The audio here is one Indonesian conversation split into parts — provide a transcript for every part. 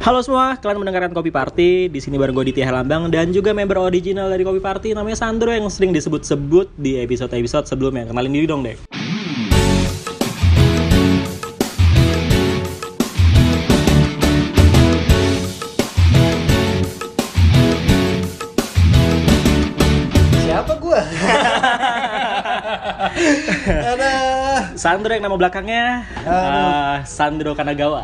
Halo semua, kalian mendengarkan Kopi Party. Di sini bareng gue Ditya Herlambang dan juga member original dari Kopi Party namanya Sandro yang sering disebut-sebut di episode-episode sebelumnya. Kenalin diri dong, Dek. Siapa gua? Ada Sandro yang nama belakangnya Sandro Kanagawa.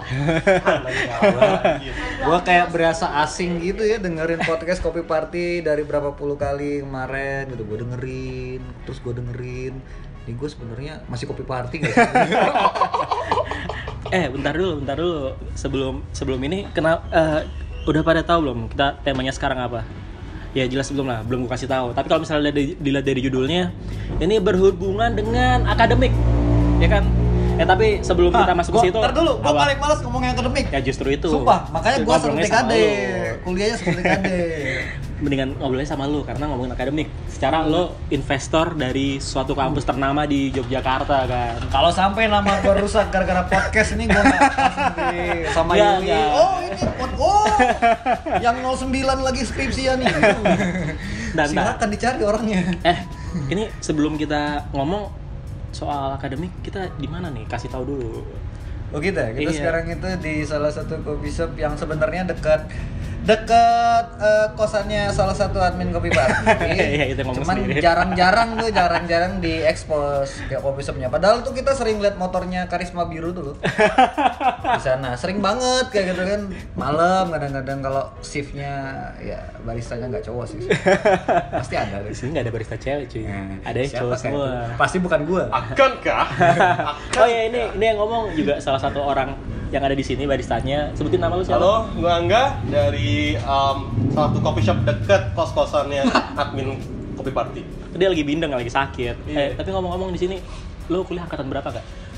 Gua kayak berasa asing gitu ya dengerin podcast Kopi Party dari berapa puluh kali kemarin gitu. Gua dengerin. Ini gue sebenarnya masih Kopi Party guys. Bentar dulu. Sebelum ini udah pada tahu belum kita temanya sekarang apa? Ya jelas belum gue kasih tahu. Tapi kalau misalnya dilihat dari judulnya, ini berhubungan dengan akademik, ya kan? Tapi sebelum kita masuk ke situ, ntar dulu, gue paling malas ngomong yang akademik. Ya justru itu. Sumpah, makanya gue sering TKD, kuliahnya sering TKD. Mendingan ngobrolnya sama lu karena ngomongin akademik. Secara lo investor dari suatu kampus ternama di Yogyakarta kan. Kalau sampai nama gue rusak gara-gara podcast ini gue nggak sama Ya, Yuli. ya. Yang 09 lagi skripsian nih. Silakan dicari orangnya. Ini sebelum kita ngomong soal akademik, kita di mana nih? Kasih tahu dulu. Oh kita Iya. sekarang itu di salah satu coffee shop yang sebenarnya dekat kosannya salah satu admin Kopi Party. Iya, itu ngomong Cuman sendiri. jarang diekspos kayak coffee shopnya. Padahal tuh kita sering lihat motornya Karisma Biru tuh loh. Di sana sering banget kayak gitu kan. Malam kadang-kadang kalau shiftnya ya baristanya nggak cowok sih. Pasti ada. Di sini nggak ada barista cewek cuy. Ada yang Siapa cowok kayak semua. itu? Pasti bukan gua. Akankah? Oh ya ini yang ngomong juga salah satu orang yang ada di sini baristanya. Sebutin nama lu siapa? Halo, gue Angga dari salah satu coffee shop deket kos-kosannya admin Kopi Party. Dia lagi bindeng, lagi sakit. Iya. Tapi ngomong-ngomong di sini, lu kuliah angkatan berapa kak?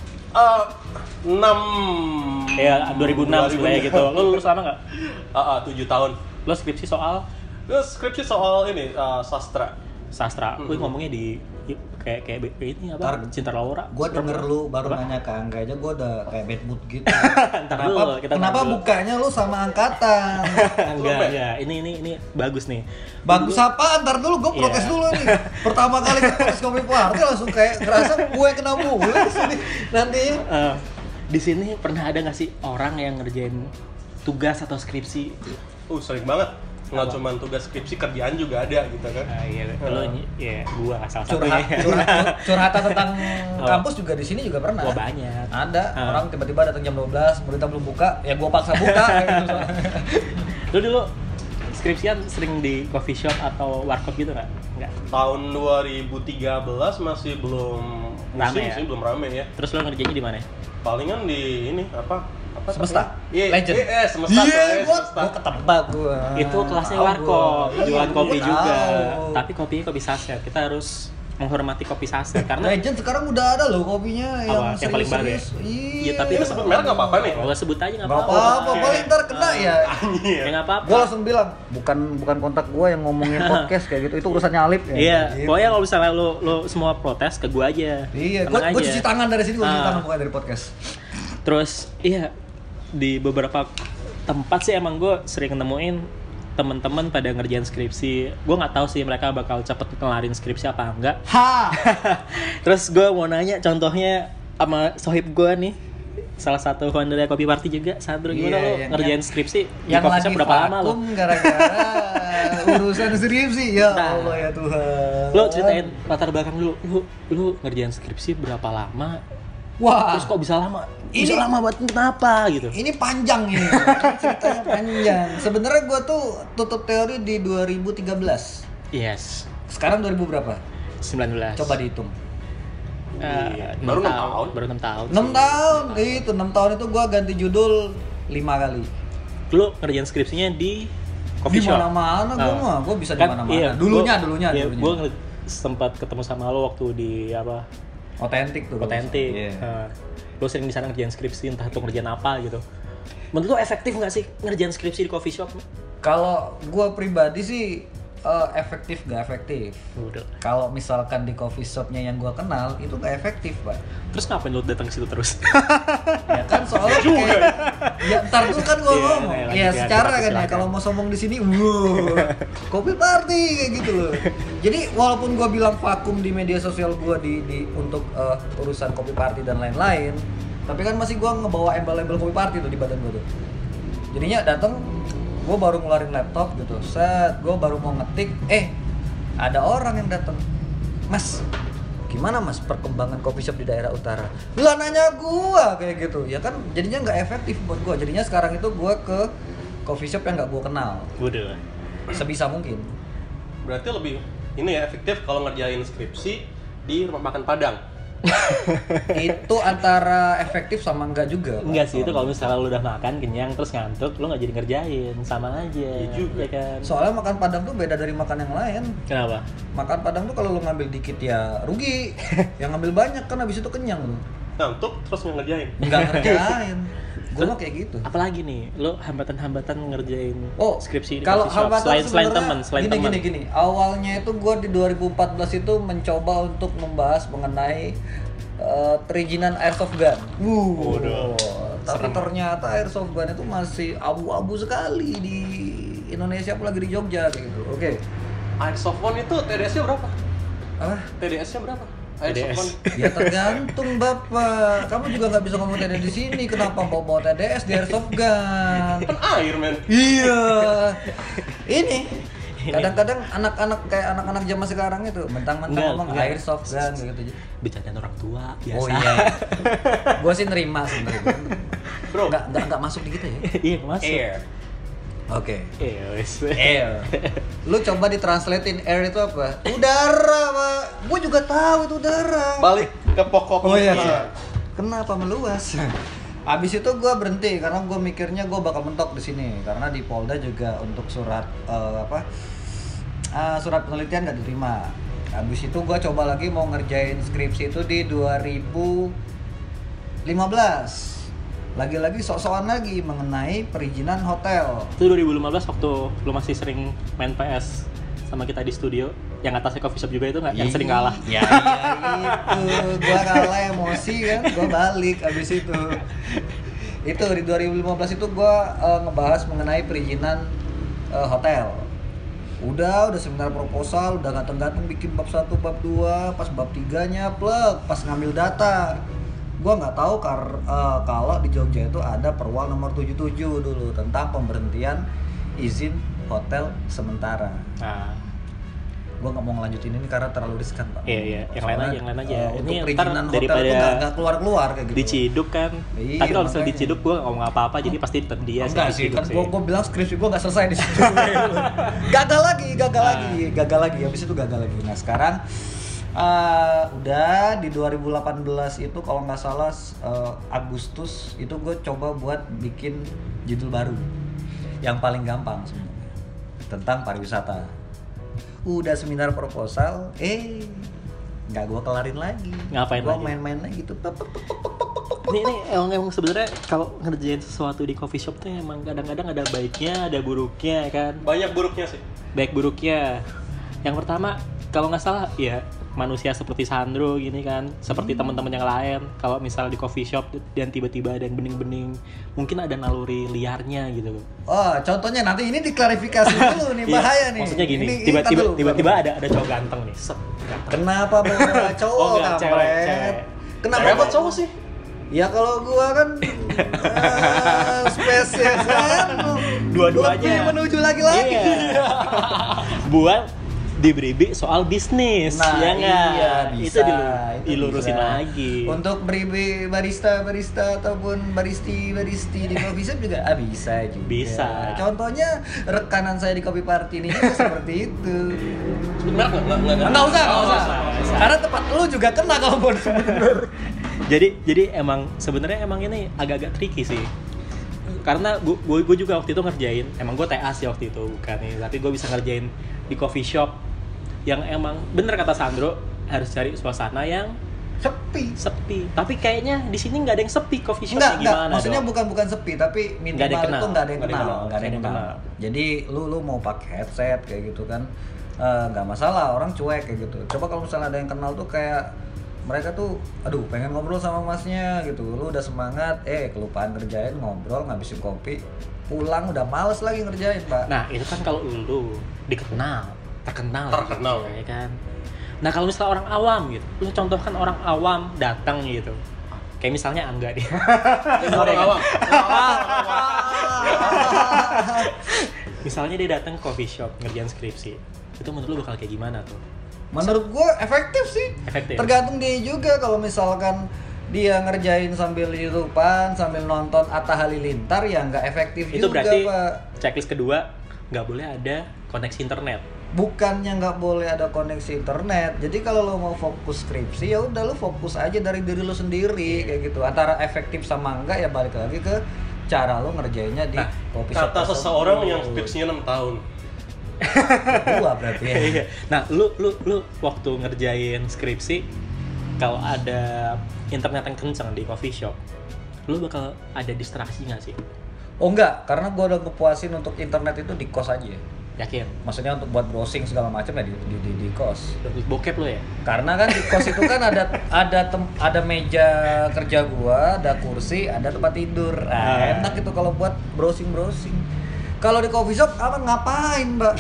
6 Ya 2006 sebenarnya gitu. Lu lulus lama nggak? 7 tahun. Lu skripsi soal Terus skripsi soal ini sastra. sastra. Lu ngomongnya di kayak ini apa? Cinta Laura. Gue denger lu baru nanya ke Angga aja, gue udah kayak bad mood gitu. Ntar dulu, kita Kenapa ntar dulu. bukanya lu sama angkatan? Enggak. Ini bagus nih. Bagus apa? Ntar dulu, gue protes Iya. dulu nih. Pertama kali ke podcast Kopi Party langsung kayak ngerasa gue kena mulu sini nanti. Di sini pernah ada nggak sih orang yang ngerjain tugas atau skripsi? Sering banget. Nggak cuma tugas skripsi, kerjaan juga ada gitu kan. Iya, gua salah satunya. Curhatan tentang kampus juga di sini juga pernah. Wah, banyak. Ada orang tiba-tiba datang jam 12, berita belum buka, ya gue paksa buka kayak gitu. Lu dulu skripsian sering di coffee shop atau warkop gitu nggak? Nggak. Tahun 2013 masih belum Rame musim ya? sih, belum rame ya. Terus lu ngerjainnya di mana? Palingan di ini apa Semesta? Iya, Legend? Semesta. Gue ketebak gue. Itu kelasnya warkop, jualan kopi Gua juga. tahu. Tapi kopinya kopi saset. Kita harus menghormati kopi saset karena Legend sekarang udah ada loh kopinya yang Yang paling baru ya? Iya, Iya, tapi Ini sebut merek nggak apa-apa nih. Gua sebut aja nggak nggak apa-apa. apa-apa, paling ntar kena ya. Ya nggak apa-apa. Gue langsung bilang, bukan kontak gue yang ngomongin podcast kayak gitu, itu urusannya Alip ya. Iya, Gitu. pokoknya kalau misalnya lu semua protes ke gua aja. Iya, Tenang gue aja. cuci tangan dari sini, gue cuci Ah. tangan pokoknya dari podcast. Terus iya di beberapa tempat sih emang gue sering nemuin teman-teman pada ngerjain skripsi. Gue nggak tahu sih mereka bakal cepet ngelarin skripsi apa enggak. Ha! Terus gue mau nanya contohnya sama sohib gue nih, salah satu founder dari Kopi Party juga, Sandro. Gimana Iya, lo yang- ngerjain skripsi di Yang coffee lagi shop berapa lama lo? vakum gara-gara urusan skripsi. Ya Nah. Allah ya Tuhan. Lo ceritain latar belakang dulu. Lu ngerjain skripsi berapa lama? Wah, Terus kok bisa lama? Ini- Bisa lama buat kenapa gitu? ini panjang ini. Ceritanya panjang. Sebenarnya gue tuh tutup teori di 2013. Yes. Sekarang 2000 berapa? 19. Coba dihitung. Baru 6 tahun. Baru 6 tahun. 6 tahun. Itu 6 tahun itu gue ganti judul 5 kali. Lu ngerjain skripsinya di coffee Di shop? mana-mana gue mah, gue bisa di Kan, mana-mana. iya, Dulunya. Gue sempat ketemu sama lo waktu di apa? Otentik tuh. Otentik. Iya. Lo sering di sana ngerjain skripsi, entah itu ngerjain apa gitu. Menurut lo efektif nggak sih ngerjain skripsi di coffee shop? Kalau gue pribadi sih efektif gak efektif. Udah. Kalau misalkan di coffee shopnya yang gua kenal itu gak efektif, Pak. Terus ngapain lu datang ke situ terus? Ya kan soalnya kayak ya ntar dulu kan gua Iya, ngomong. lanjut Ya ya, secara kan ya silakan. kalau mau sombong di sini, kopi party kayak gitu loh. Jadi walaupun gua bilang vakum di media sosial gua di untuk urusan kopi party dan lain-lain, tapi kan masih gua ngebawa embel-embel kopi party tuh di badan gua tuh. Jadinya datang gue baru ngeluarin laptop gitu, set gue baru mau ngetik, ada orang yang datang, Mas, gimana Mas perkembangan coffee shop di daerah utara? Lah nanya gue kayak gitu, ya kan jadinya nggak efektif buat gue. Jadinya sekarang itu gue ke coffee shop yang nggak gue kenal, Udah. sebisa mungkin. Berarti lebih ini ya efektif kalau ngerjain skripsi di rumah makan Padang. Itu antara efektif sama enggak juga. Pak. Enggak sih, itu kalau misalnya lu udah makan kenyang terus ngantuk, lu nggak jadi ngerjain, sama aja. Iya juga. Ya kan? Soalnya makan Padang tuh beda dari makan yang lain. Kenapa? Makan Padang tuh kalau lu ngambil dikit ya rugi, yang ngambil banyak kan habis itu kenyang lu. Ngantuk terus ngerjain. Nggak ngerjain. Gue mah kayak gitu. Apalagi nih, lu hambatan-hambatan ngerjain skripsi di kalau coffee shop hambatan selain sebenarnya teman, selain gini, teman. gini. Awalnya itu gue di 2014 itu mencoba untuk membahas mengenai perizinan airsoft gun. Waduh. Tapi Serem. ternyata airsoft gun itu masih abu-abu sekali di Indonesia, apalagi di Jogja kayak gitu. Oke. Airsoft one itu TDS-nya berapa? Apa? TDS-nya berapa? TDS. Airsoft one. Ya tergantung Bapak. Kamu juga nggak bisa ngomong TDS di sini. Kenapa bawa TDS di airsoft gun? Kan air, men. Iya. Ini kadang-kadang anak-anak kayak anak-anak zaman sekarang itu mentang-mentang Enggak, ngomong enggak. airsoft gun gitu. Bercandaan orang tua biasa. Oh iya. Gua sih nerima sebenarnya. Bro. Enggak masuk di kita ya. Iya, masuk. Air. Oke. Iya, wes. Air. Lu coba ditranslatein air itu apa? Udara, Pak. Gua juga tahu itu udara. Balik ke pokoknya. Oh iya. Kenapa meluas? Abis itu gue berhenti karena gue mikirnya gue bakal mentok di sini karena di Polda juga untuk surat surat penelitian nggak diterima. Abis itu gue coba lagi mau ngerjain skripsi itu di 2015. Lagi-lagi sok-sokan lagi mengenai perizinan hotel. Itu 2015 waktu lu masih sering main PS sama kita di studio, yang atasnya coffee shop juga itu nggak, yang sering kalah. Iya itu, gua kalah emosi kan, gua balik abis itu. Itu di 2015 itu gua ngebahas mengenai perizinan hotel. Udah seminar proposal, udah ganteng-ganteng bikin bab 1, bab 2, pas bab 3-nya plek, pas ngambil data. Gua nggak tahu kalau di Jogja itu ada Perwal nomor 77 dulu tentang pemberhentian izin hotel sementara. Nah, Gue nggak mau ngelanjutin ini karena terlalu riskan, Pak. iya, yang lain aja. Untuk Ini perizinan ntar hotel daripada itu nggak keluar kayak gitu. diciduk kan. Iya, Tapi kalau misalnya makanya. diciduk gue nggak ngomong apa-apa, jadi pasti tetap dia Enggak sih, diciduk kan gue bilang skripsi gue nggak selesai di situ. gagal lagi. Habis itu gagal lagi. Nah sekarang udah di 2018 itu kalau nggak salah Agustus itu gue coba buat bikin judul baru yang paling gampang sebenarnya tentang pariwisata. Udah seminar proposal, nggak gue kelarin lagi. Ngapain Gue lagi? main-main lagi gitu. Ini emang sebenarnya kalau ngerjain sesuatu di coffee shop tuh emang kadang-kadang ada baiknya, ada buruknya kan. Banyak buruknya sih. Baik buruknya. Yang pertama, kalau nggak salah ya manusia seperti Sandro gini kan, seperti teman-teman yang lain. Kalau misalnya di coffee shop dan tiba-tiba ada yang bening-bening, mungkin ada naluri liarnya gitu. Oh, contohnya nanti ini diklarifikasi dulu nih, Iya, bahaya nih. Maksudnya gini, Ini tiba-tiba ada cowok ganteng nih. Set, ganteng. Kenapa bawa cowok Oh, enggak, kampret? cewek. Kenapa Cewek apa bawa cowok sih? Ya kalau gua kan spesies kan. Dua-duanya. Lebih menuju laki-laki. Iya. Buat diberi soal bisnis, Nah, ya nggak? iya, Itu bisa. dilurusin bisa. lagi. Untuk beri barista ataupun baristi di coffee shop juga bisa juga. Bisa. Contohnya rekanan saya di Kopi Party ini juga seperti itu. Sebenarnya nggak. Nggak usah. usah. Karena tempat lu juga kena kalau mau bener. Jadi emang sebenarnya emang ini agak-agak tricky sih. Karena gue juga waktu itu ngerjain, emang gue TA sih waktu itu bukan nih, tapi gue bisa ngerjain di coffee shop yang emang bener kata Sandro harus cari suasana yang sepi. Tapi kayaknya di sini nggak ada yang sepi coffee shopnya Enggak. gimana Maksudnya dong? bukan sepi, tapi Nggak ada yang minimal kenal. itu nggak ada yang kenal. Nggak ada yang kenal. Jadi lu mau pakai headset kayak gitu kan. nggak masalah, orang cuek kayak gitu. Coba kalau misalnya ada yang kenal tuh kayak mereka tuh, aduh pengen ngobrol sama masnya gitu, lu udah semangat, kelupaan ngerjain, ngobrol, ngabisin kopi, pulang udah males lagi ngerjain, Pak. Nah itu kan kalau lu terkenal ya kan. Nah kalau misalnya orang awam gitu, lu contohkan orang awam datang gitu, kayak misalnya Angga dia. Orang awam. Misalnya dia datang ke coffee shop ngerjain skripsi, itu menurut lu bakal kayak gimana tuh? Menurut gue efektif sih. Efektif. Tergantung dia juga. Kalau misalkan dia ngerjain sambil YouTubean, sambil nonton Atta Halilintar, ya nggak efektif Itu juga, berarti Pak. checklist kedua nggak boleh ada koneksi internet. Bukannya nggak boleh ada koneksi internet. Jadi kalau lo mau fokus skripsi, ya udah lo fokus aja dari diri lo sendiri kayak gitu. Antara efektif sama enggak ya balik lagi ke cara lo ngerjainnya di coffee shop. Kata seseorang yang skripsinya 6 tahun. Gua berarti ya. Iya. Nah, lu waktu ngerjain skripsi, kalau ada internet yang kencang di coffee shop, lu bakal ada distraksi nggak sih? Oh enggak, karena gua udah ngepuasin untuk internet itu di kos aja. Yakin? Maksudnya untuk buat browsing segala macam ya di kos. Bokep lo ya? Karena kan di kos itu kan ada meja kerja gua, ada kursi, ada tempat tidur. Enak itu kalau buat browsing. Kalau di coffee shop apa ngapain, Mbak?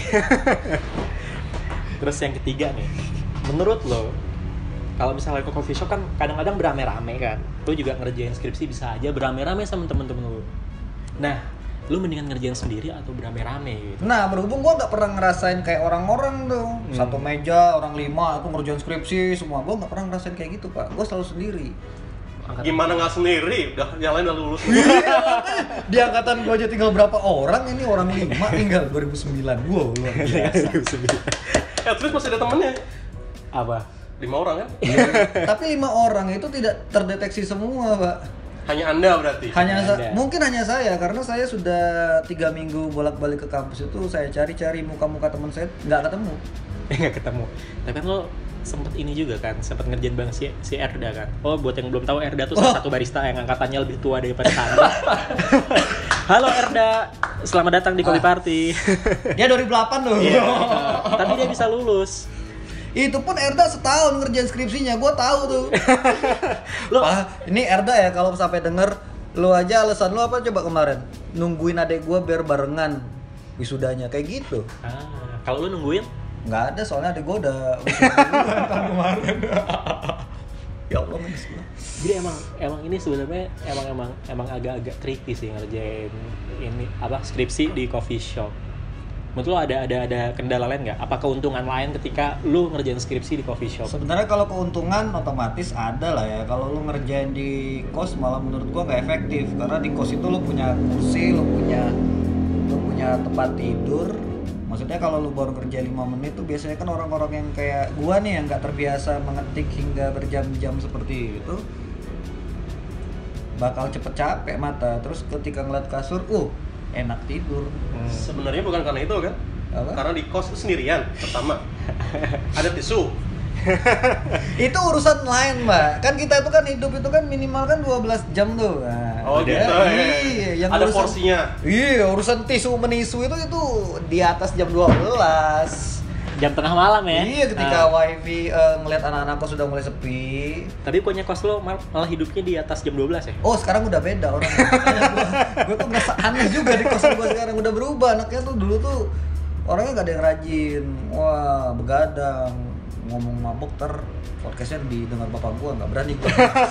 Terus yang ketiga nih, menurut lo, kalau misalnya ke coffee shop kan kadang-kadang beramai-ramai kan, lo juga ngerjain skripsi bisa aja beramai-ramai sama temen-temen lo. Nah, lo mendingan ngerjain sendiri atau beramai-ramai gitu? Nah, berhubung gua nggak pernah ngerasain kayak orang-orang tuh, satu meja orang 5 aku ngerjain skripsi semua, gua nggak pernah ngerasain kayak gitu, Pak. Gua selalu sendiri. Gimana nggak sendiri? Udah yang lain udah lulus. Di angkatan gua aja tinggal berapa orang, ini orang 5 tinggal 2009. Wow, luar biasa. Terus masih ada temennya. Apa? 5 orang kan? Tapi 5 orang itu tidak terdeteksi semua, Pak. Hanya Anda berarti. Mungkin hanya saya, karena saya sudah 3 minggu bolak-balik ke kampus itu, saya cari-cari muka-muka teman saya, nggak ketemu. Nggak ketemu. Tapi kan lo sempet ini juga kan, sempet ngerjain bang si Erda kan. Oh, buat yang belum tahu, Erda tuh salah satu barista yang angkatannya lebih tua daripada Sandra. Halo Erda, selamat datang di Kopi Party. Dia 2008 loh. Iya, tapi dia bisa lulus. Itu pun Erda setahun ngerjain skripsinya, gue tahu tuh. Ini Erda ya, kalau sampai denger, lu aja alasan lu apa coba kemarin? Nungguin adek gue biar barengan wisudanya, kayak gitu. Kalau lu nungguin? Nggak ada, soalnya adek gue udah wisuda tahun kemarin. Ya Allah, Jadi emang ini sebenarnya emang agak-agak tricky sih ngerjain ini skripsi di coffee shop. Menurut lo ada kendala lain nggak? Apa keuntungan lain ketika lu ngerjain skripsi di coffee shop? Sebenarnya kalau keuntungan otomatis ada lah ya. Kalau lu ngerjain di kos malah menurut gua nggak efektif, karena di kos itu lu punya kursi, lu punya tempat tidur. Maksudnya kalau lu baru kerja 5 menit tuh biasanya kan orang-orang yang kayak gua nih yang nggak terbiasa mengetik hingga berjam-jam seperti itu bakal cepet capek mata. Terus ketika ngeliat kasur, enak tidur. Sebenarnya bukan karena itu kan? Apa? Karena di kos pertama ada tisu. Itu urusan lain, Mbak. Kan kita itu kan hidup itu kan minimal kan 12 jam tuh. Nah, Gitu. Iya, yang ada urusan, porsinya. Iya, urusan tisu menisu itu di atas jam 12. Jam tengah malam ya? Iya, ketika wifi ngeliat anak-anak kos sudah mulai sepi. Tapi punya kos lo malah hidupnya di atas jam 12 ya? Oh, sekarang udah beda orang. Gue tuh ngerasa aneh juga di kosan gue sekarang, udah berubah. Anaknya tuh dulu tuh orangnya gak ada yang rajin. Wah, begadang, ngomong mabuk, podcastnya didengar bapak gue, nggak berani gue.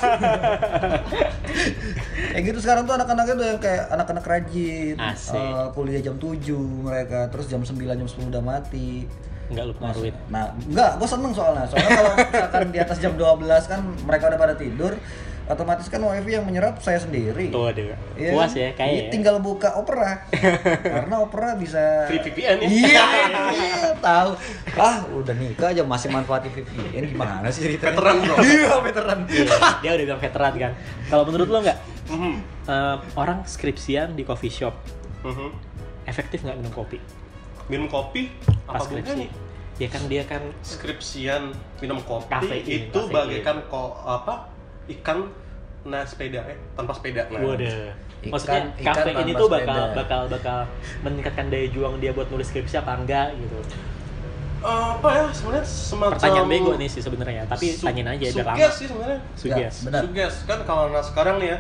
Kayak gitu sekarang tuh anak-anaknya tuh yang kayak anak-anak rajin. Kuliah jam 7 mereka, terus jam 9, jam 10 udah mati. Enggak lu pengaruhin? Nah, enggak, gue seneng soalnya kalau misalkan di atas jam 12 kan mereka udah pada tidur, otomatis kan wifi yang menyerap saya sendiri. Tuh ada. Ya, Puas ya kayaknya. Tinggal buka Opera. Karena Opera bisa Free VPN ya? Iya, tahu. Udah nikah aja masih manfaatin VPN, gimana sih ceritanya? Veteran bro. Iya, veteran. Dia udah bilang veteran kan. Kalau menurut lo nggak? Orang skripsian di coffee shop efektif nggak minum kopi? Minum kopi Pas apa skripsi? gunanya? Ya kan dia kan Skripsian minum kopi Kafein, itu kafein. bagaikan ikan naik sepeda tanpa sepeda. Nah. waduh. Ikan- Maksudnya ikan kafein tanpa itu sepeda. bakal meningkatkan daya juang dia buat nulis skripsi apa enggak gitu. Apa ya sebenarnya semacam Pertanyaan bego nih sih sebenarnya, tapi tanyain aja biar lama. Suges sih sebenarnya. Suges. Ya, benar. Suges kan kalau sekarang nih ya.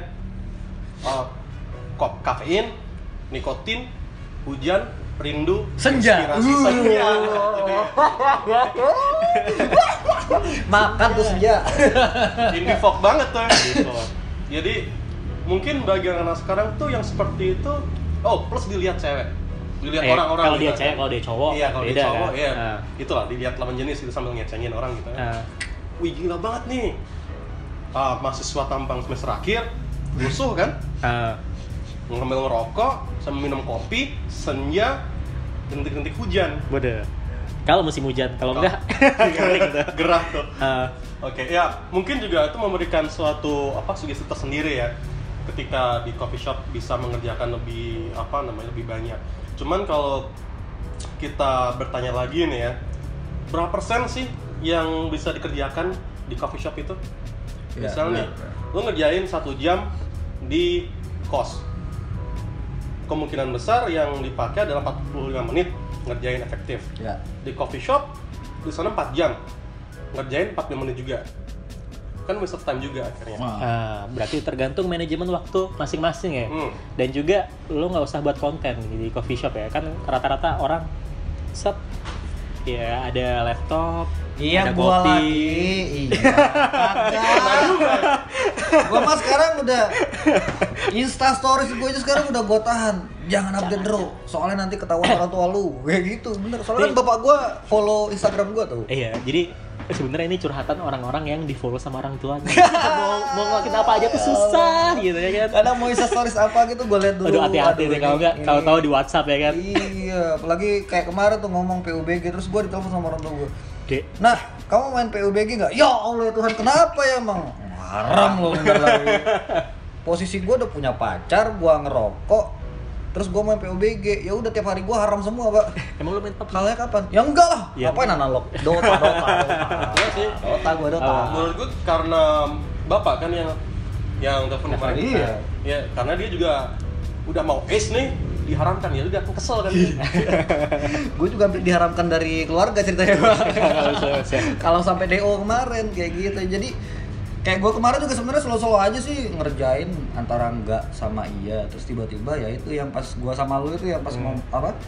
Kafein, nikotin, hujan, rindu, Senja. inspirasi senja. Makan tuh senja. Indie folk banget tuh. Jadi mungkin bagi anak sekarang tuh yang seperti itu, plus dilihat cewek, dilihat orang-orang. Kalau dia gitu. cewek, kalau dia cowok. Iya, kalau dia beda, cowok, kan? iya. Itulah dilihat lawan jenis itu sambil ngecengin orang gitu. Wih gila banget nih. Mahasiswa tampang semester akhir, rusuh kan? Ngambil ngerokok, sambil minum kopi, senja, rintik-rintik hujan. Bodoh. Kalau musim hujan, kalau enggak Gerah tuh. Oke, ya mungkin juga itu memberikan suatu sugesti tersendiri ya. Ketika di coffee shop bisa mengerjakan lebih lebih banyak. Cuman kalau kita bertanya lagi nih ya, berapa persen sih yang bisa dikerjakan di coffee shop itu? Ya, Misalnya nih, lu ngerjain 1 jam di kos. Kemungkinan besar yang dipakai adalah 45 menit ngerjain efektif. Ya. Di coffee shop di sana 4 jam ngerjain 45 menit juga, kan waste of time juga akhirnya. Berarti tergantung manajemen waktu masing-masing ya. Dan juga lo nggak usah buat konten di coffee shop ya, kan rata-rata orang set ya ada laptop, Iya, ada gua kopi. lagi. Iya. Gua mah sekarang udah Insta stories gue aja sekarang udah gua tahan. Jangan update terus, soalnya nanti ketahuan orang tua lu. Kayak gitu, bener. Soalnya kan bapak gua follow Instagram gua tuh. Iya, jadi sebenarnya ini curhatan orang-orang yang di follow sama orang tuanya. mau ngelakuin apa aja tuh susah gitu ya kan. Kadang mau Insta stories apa gitu gua lihat dulu. Aduh hati-hati deh kalau enggak tahu di WhatsApp ya kan. Iya, apalagi kayak kemarin tuh ngomong PUBG terus gua ditelepon sama orang tua gua. Dek, Nah, kamu main PUBG nggak? Ya Allah Tuhan, kenapa ya emang? Haram loh bentar lagi. Posisi gue udah punya pacar, gue ngerokok, terus gue main PUBG. Ya udah tiap hari gue haram semua, Pak. emang lu main PUBG? Kalahnya kapan? Ya enggak lah. Ya. Ngapain analog? Dota. Iya sih. Dota. Menurut gue karena bapak kan yang telepon kemarin kita. Iya. Ya, karena dia juga udah mau ace nih, diharamkan ya udah kesel kan. Gue juga hampir diharamkan dari keluarga ceritanya, Pak. Kalau sampai DO kemarin kayak gitu. Jadi kayak gue kemarin juga sebenarnya solo-solo aja sih ngerjain antara enggak sama iya, terus tiba-tiba ya itu yang pas gue sama lu itu yang pas mau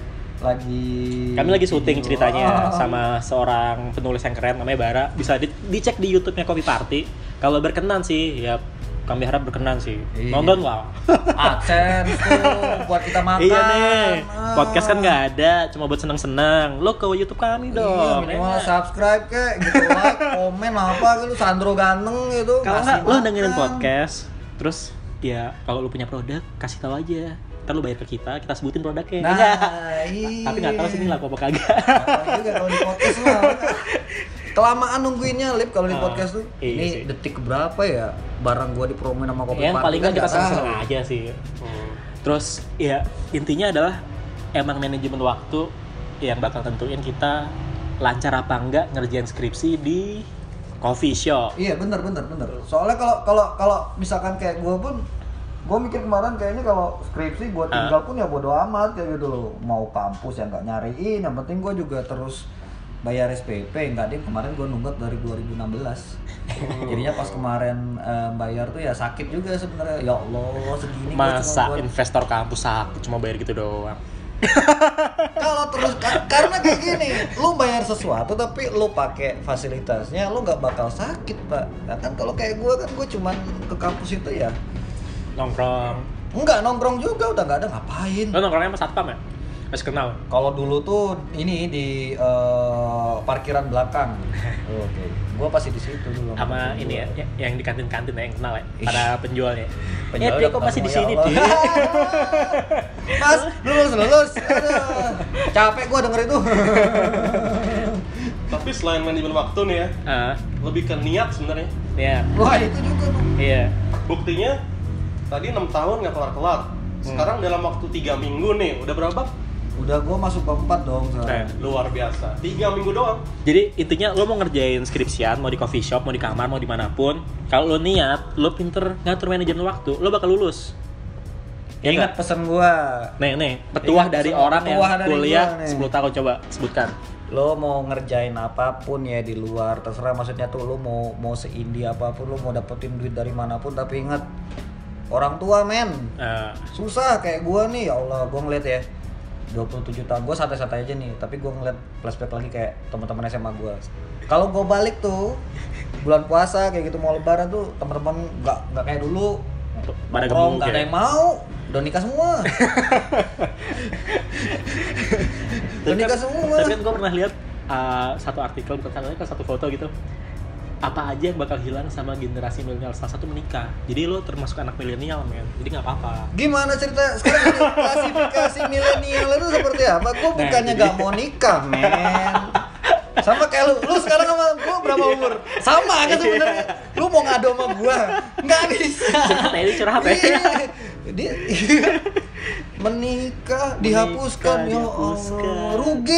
kami lagi syuting ceritanya sama seorang penulis yang keren namanya Bara, bisa dicek di YouTube-nya Kopi Party. Kalau berkenan sih ya kami harap berkenan sih. Iya. Nonton lah. AdSense tuh buat kita makan. Iya nih. Podcast kan nggak ada, cuma buat seneng-seneng. Lo ke YouTube kami Iya, dong. minimal subscribe kek, gitu, like, komen apa gitu, Sandro ganteng gitu. Kalau kasih nggak lo makan. dengerin podcast, terus ya kalau lo punya produk kasih tahu aja. Ntar lo bayar ke kita sebutin produknya. Nah, Enggak. iya. Tapi nggak tahu sih ini laku apa kagak. Apa juga kalau di podcast mah. Kelamaan nungguinnya Lip kalau di podcast tuh. Iya Ini sih. detik berapa ya barang gua dipromoin sama Kopi Yang Party paling kan kita nggak tahu. seneng aja sih. Terus ya intinya adalah emang manajemen waktu yang bakal tentuin kita lancar apa enggak ngerjain skripsi di coffee shop. Iya benar. Soalnya kalau misalkan kayak gua pun gue mikir kemarin kayaknya kalau skripsi gue tinggal pun ya bodo amat kayak gitu loh, mau kampus yang nggak nyariin, yang penting gue juga terus bayar SPP. Enggak deh, kemarin gue nunggak dari 2016 jadinya pas kemarin bayar tuh ya sakit juga sebenarnya. Ya Allah segini Masa buat... investor kampus sakit cuma bayar gitu doang. Kalau terus karena kayak gini, lu bayar sesuatu tapi lu pakai fasilitasnya, lu nggak bakal sakit, Pak. Nah, kan kalau kayak gue kan gue cuman ke kampus itu ya Nongkrong. enggak nongkrong juga, udah nggak ada ngapain. Lo nongkrongnya sama satpam ya? Masih kenal? Kalau dulu tuh ini di parkiran belakang. Oke, gua pasti di situ dulu. Sama ini ya, yang di kantin-kantin ya, yang kenal ya, para penjualnya. Penjual Dia kok masih di sini, Di? Mas, lulus. Aduh, capek gua denger itu. Tapi selain manajemen waktu nih ya, lebih ke niat sebenarnya. Iya. Wah, itu juga tuh. Iya. Buktinya tadi 6 tahun nggak kelar-kelar. Sekarang dalam waktu 3 minggu nih, udah berapa? Udah gua masuk ke 4 dong sekarang. Luar biasa. 3 minggu doang. Jadi intinya lo mau ngerjain skripsian, mau di coffee shop, mau di kamar, mau dimanapun, kalau lo niat, lo pinter ngatur manajemen waktu, lo bakal lulus. Ya Ingat nggak? pesan gua. Nih, petuah Ingat dari pesan- orang yang petuah dari kuliah gua nih. 10 tahun, coba sebutkan. lo mau ngerjain apapun ya di luar terserah, maksudnya tuh lo mau seindie apapun, lo mau dapetin duit dari manapun, tapi ingat orang tua men susah. Kayak gua nih, ya Allah, gua ngeliat ya 27 tahun, gua santai-santai aja nih, tapi gua ngeliat flashback lagi kayak teman-teman SMA gua. Kalau gua balik tuh bulan puasa kayak gitu mau lebaran tuh, teman-teman nggak kayak dulu pada nongkrong, gemuk nggak ada ya? yang mau, udah nikah semua. Udah nikah semua. Tapi kan gue pernah lihat satu artikel, bukan satu foto gitu, apa aja yang bakal hilang sama generasi milenial, salah satu menikah. Jadi lo termasuk anak milenial men, jadi nggak apa-apa. Gimana cerita sekarang ini, klasifikasi milenial itu seperti apa? Gue bukannya nggak mau nikah men. Sama kayak lu sekarang sama gue berapa umur? Sama kan sebenarnya. Lu mau ngadu sama gue? Nggak bisa. Curhat ya. Dia menikah dihapuskan, ya Allah,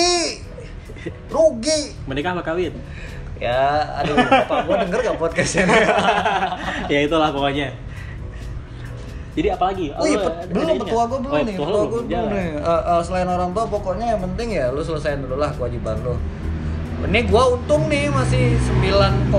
rugi. Menikah apa kawin? Ya, aduh, bapak gue denger gak podcastnya? Ya itulah pokoknya. Jadi apalagi? Oh iya, belum petua gue belum nih. Petua gue belum nih. Selain orang tua, pokoknya yang penting ya lu selesaiin dulu lah kewajiban lu. Ini gue untung nih masih 9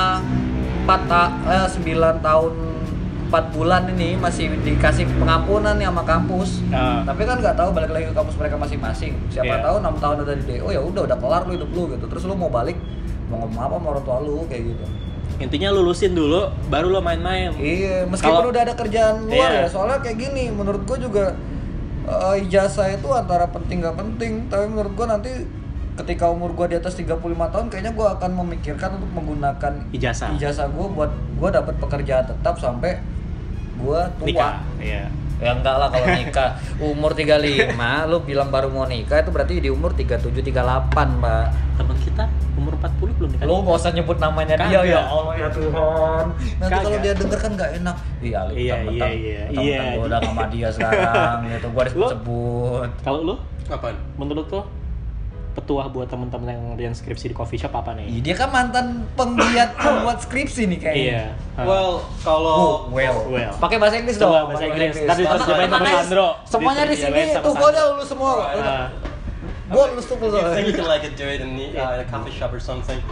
tahun 4 bulan ini masih dikasih pengampunan nih sama kampus. Tapi kan nggak tahu balik lagi ke kampus mereka masing-masing. Siapa tahu 6 tahun udah di DO, ya udah kelar lu hidup lu gitu. Terus lu mau balik mau ngomong apa sama orang tua lu kayak gitu. Intinya lulusin dulu, baru lo main-main. Iya, meskipun udah ada kerjaan luar ya. Soalnya kayak gini, menurut gua juga ijazah itu antara penting nggak penting. Tapi menurut gua nanti ketika umur gua di atas 35 tahun, kayaknya gua akan memikirkan untuk menggunakan ijazah gua buat gua dapat pekerjaan tetap sampai gua tua. Nikah. Iya. Ya enggak lah kalau nikah umur 35, lu bilang baru mau nikah itu berarti di umur 37 38, Mbak. Teman kita umur 40 belum nikah. Lu enggak usah nyebut namanya dia ya. Allah ya Tuhan. Nanti kalau dia denger kan enggak enak. Iya, gua udah sama dia sekarang gitu. Gua disebut. Kalau lu? Apaan? Menurut lo petua buat teman-teman yang ngerjain skripsi di coffee shop apa nih? Dia kan mantan penggiat membuat skripsi nih kayaknya. Iya. Well, kalau pakai bahasa Inggris dong. Bahasa Inggris. Tadi terjemahin sama Sandro. Semuanya di sini tuh gua udah lulus semua. Gua lulus tuh you think you can like do it in a coffee shop or something?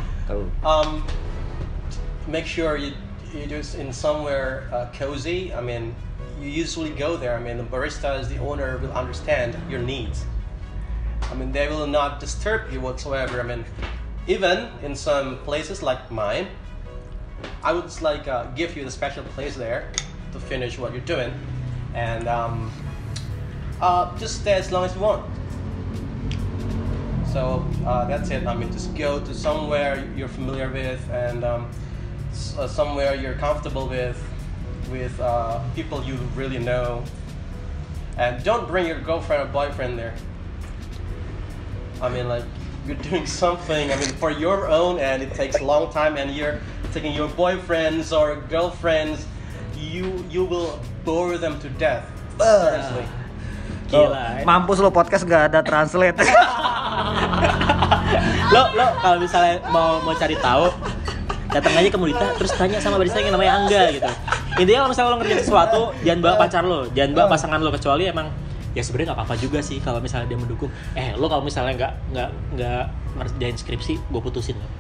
Make sure you do it in somewhere cozy. I mean, you usually go there. I mean, the barista, the owner, will understand your needs. I mean, they will not disturb you whatsoever. I mean, even in some places like mine, I would just like give you the special place there to finish what you're doing, and just stay as long as you want. So that's it. I mean, just go to somewhere you're familiar with, and somewhere you're comfortable with people you really know, and don't bring your girlfriend or boyfriend there. I mean, like, you're doing something, I mean, for your own, and it takes a long time, and you're taking your boyfriends or girlfriends, you will bore them to death. Seriously. Gila. Mampus lo, podcast gak ada translate. lo kalau misalnya mau cari tahu, datang aja ke Mulita, terus tanya sama barista yang namanya Angga gitu. Intinya kalau misalnya lo ngerjain sesuatu, jangan bawa pacar lo, jangan bawa pasangan lo, kecuali emang ya sebenarnya nggak apa-apa juga sih kalau misalnya dia mendukung. Lo kalau misalnya nggak ngerjain skripsi, gue putusin lo.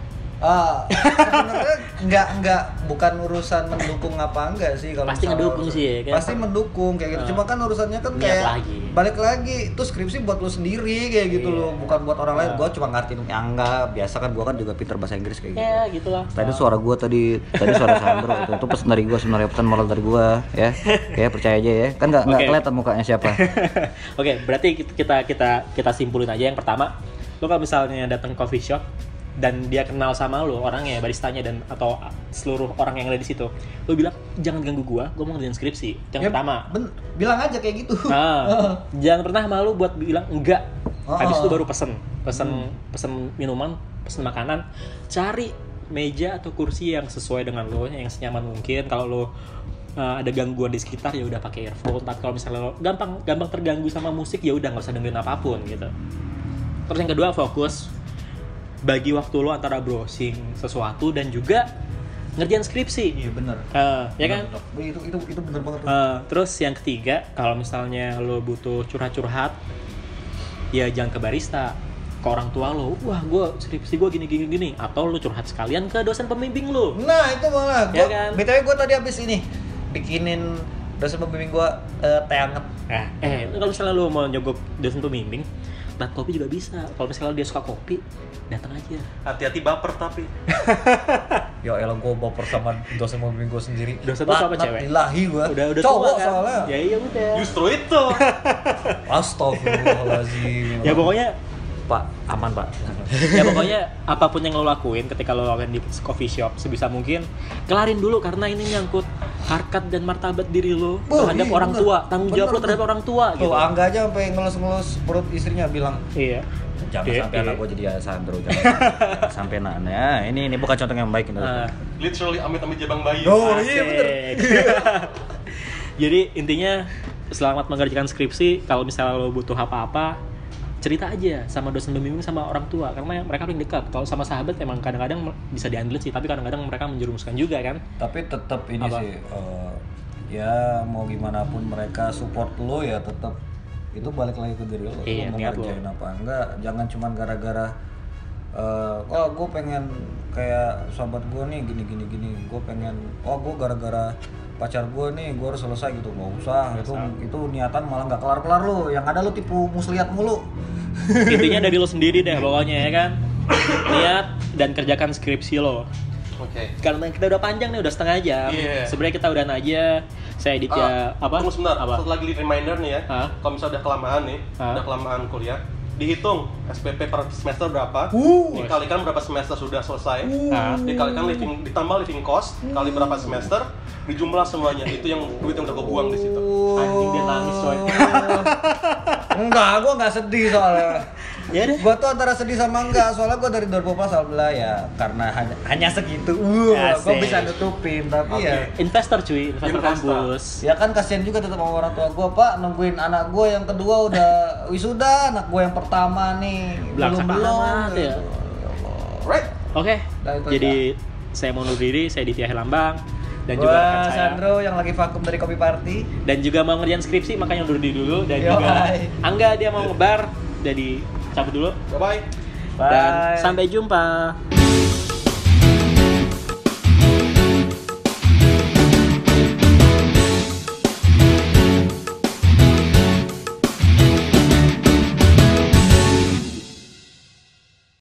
Sebenarnya nggak bukan urusan mendukung apa enggak sih, kalau pasti ngedukung sih ya kan? Pasti mendukung kayak gitu. Cuma kan urusannya kan kayak balik lagi itu skripsi buat lu sendiri kayak gitu loh, bukan buat orang lain. Gua cuma ngertiin Angga, biasa kan gua kan juga pinter bahasa Inggris kayak gitu. Ya gitulah. Tadi suara gua tadi suara Sandro itu pesan dari gua sebenarnya, pesan moral dari gua ya. Ya percaya aja ya. Kan nggak kelihatan mukanya siapa. Oke, berarti kita simpulin aja. Yang pertama, lo kalau misalnya datang coffee shop dan dia kenal sama lo orangnya, baristanya dan atau seluruh orang yang ada di situ, lo bilang jangan ganggu gua mau ngerjain skripsi. Yang pertama bilang aja kayak gitu. Jangan pernah malu buat bilang enggak. Habis itu baru pesen minuman, pesen makanan, cari meja atau kursi yang sesuai dengan lo, yang senyaman mungkin. Kalau lo ada gangguan di sekitar, ya udah pakai earphone. Tapi kalau misalnya lo gampang terganggu sama musik, ya udah nggak usah dengerin apapun gitu. Terus yang kedua, fokus bagi waktu lo antara browsing sesuatu dan juga ngerjain skripsi. Iya benar. Ya kan? Itu benar banget. Terus yang ketiga, kalau misalnya lo butuh curhat-curhat, ya jangan ke barista, ke orang tua lo, wah gue skripsi gue gini, atau lo curhat sekalian ke dosen pembimbing lo. Nah itu malah, Ya kan? BTW gue tadi habis ini bikinin dosen pembimbing gue teh anget. Kalau misalnya lo mau nyogok dosen pembimbing, latte kopi juga bisa. Kalau misalnya dia suka kopi, datang aja. Hati-hati baper tapi. Ya elah gue baper sama dosen pembimbing gue sendiri. Dosen tuh sama cewek? Ilahi gue. Udah cowok tua kan? soalnya. Ya iya udah. Justru itu. Astagfirullahaladzim. Ya pokoknya Pak, aman Pak. ya pokoknya apapun yang lo lakuin ketika lo lakuin di coffee shop sebisa mungkin kelarin dulu karena ini nyangkut harkat dan martabat diri lo terhadap iya, orang bener. tua, tanggung jawab lo Bener, terhadap orang tua Tuh, gitu. Angga aja sampai ngelus-ngelus perut istrinya bilang, Iya. jangan sampai anak gue jadi Sandro, jangan sampai anaknya. Ini bukan contoh yang baik ini. Literally amit-amit jabang bayi. Oh iya bener. Jadi intinya selamat mengerjakan skripsi. Kalau misalnya lo butuh apa-apa, cerita aja sama dosen pembimbing sama orang tua karena mereka paling dekat. Kalau sama sahabat emang kadang-kadang bisa diandalkan sih, tapi kadang-kadang mereka menjerumuskan juga kan. Tapi tetap ini Apa? sih, ya mau gimana pun mereka support lo ya tetap itu balik lagi ke diri lo. Iya, Lo mau niat lo. ngerjain apa enggak, jangan cuma gara-gara gue pengen kayak sahabat gue nih gini, gue pengen, gue gara-gara pacar gue nih gue harus selesai gitu, nggak usah. Itu niatan malah nggak kelar-kelar lo, yang ada lo tipu muslihat mulu. Intinya dari lo sendiri deh pokoknya ya kan. Niat dan kerjakan skripsi lo. Oke. Karena kita udah panjang nih, udah setengah jam. Iya. Sebenarnya kita udahan aja. Saya Ditya apa? Tunggu sebentar, Apa? satu lagi reminder nih ya. Hah? Kalau misalnya udah kelamaan nih, Hah? udah kelamaan kuliah, dihitung SPP per semester berapa, dikalikan berapa semester sudah selesai, dikalikan ditambah living cost kali berapa semester, dijumlah semuanya. Itu yang duit yang udah gue buang di situ. Anjing dia nangis coy. Enggak, gue nggak sedih soalnya. Ya deh. Gue tuh antara sedih sama enggak, soalnya gue dari 2014 alhamdulillah ya karena hanya segitu, gue Asik. bisa nutupin, tapi ya Investor cuy, investor Investor. kampus. ya kan kasihan juga tetap sama orang tua gue, Pak, nungguin anak gue yang kedua udah wisuda, anak gue yang pertama nih Belakang amat ya. Ya Allah. Right? Oke. Nah, itu Jadi saya mau undur diri, saya Ditya Helambang dan juga Gua rekan saya. Sandro yang lagi vakum dari Kopi Party. Dan juga mau ngerjain skripsi makanya undur diri dulu dan Yo, juga bye. Angga dia mau ngebar jadi cabut dulu. Bye-bye. Dan sampai jumpa.